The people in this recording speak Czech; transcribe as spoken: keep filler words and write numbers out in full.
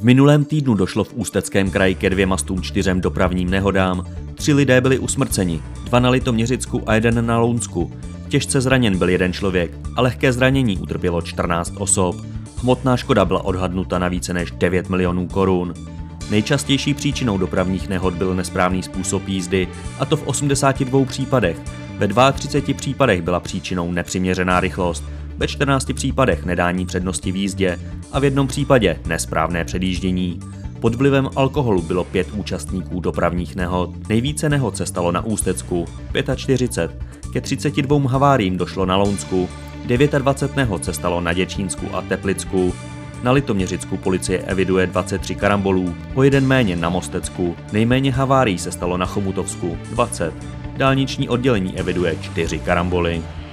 minulém týdnu došlo v Ústeckém kraji ke dvěma stům čtyřem dopravním nehodám. Tři lidé byli usmrceni, dva na Litoměřicku a jeden na Lounsku. Těžce zraněn byl jeden člověk a lehké zranění utrpělo čtrnáct osob. Hmotná škoda byla odhadnuta na více než devět milionů korun. Nejčastější příčinou dopravních nehod byl nesprávný způsob jízdy, a to v osmdesáti dvou případech. Ve třiceti dvou případech byla příčinou nepřiměřená rychlost, ve čtrnácti případech nedání přednosti v jízdě a v jednom případě nesprávné předjíždění. Pod vlivem alkoholu bylo pět účastníků dopravních nehod. Nejvíce nehod se stalo na Ústecku, čtyřicet pět, ke třiceti dvěma haváriím došlo na Lounsku, dvacet devět nehod se stalo na Děčínsku a Teplicku. Na Litoměřicku policie eviduje dvacet tři karambolů, o jeden méně na Mostecku. Nejméně havárií se stalo na Chomutovsku, dvacet. Dálniční oddělení eviduje čtyři karamboly.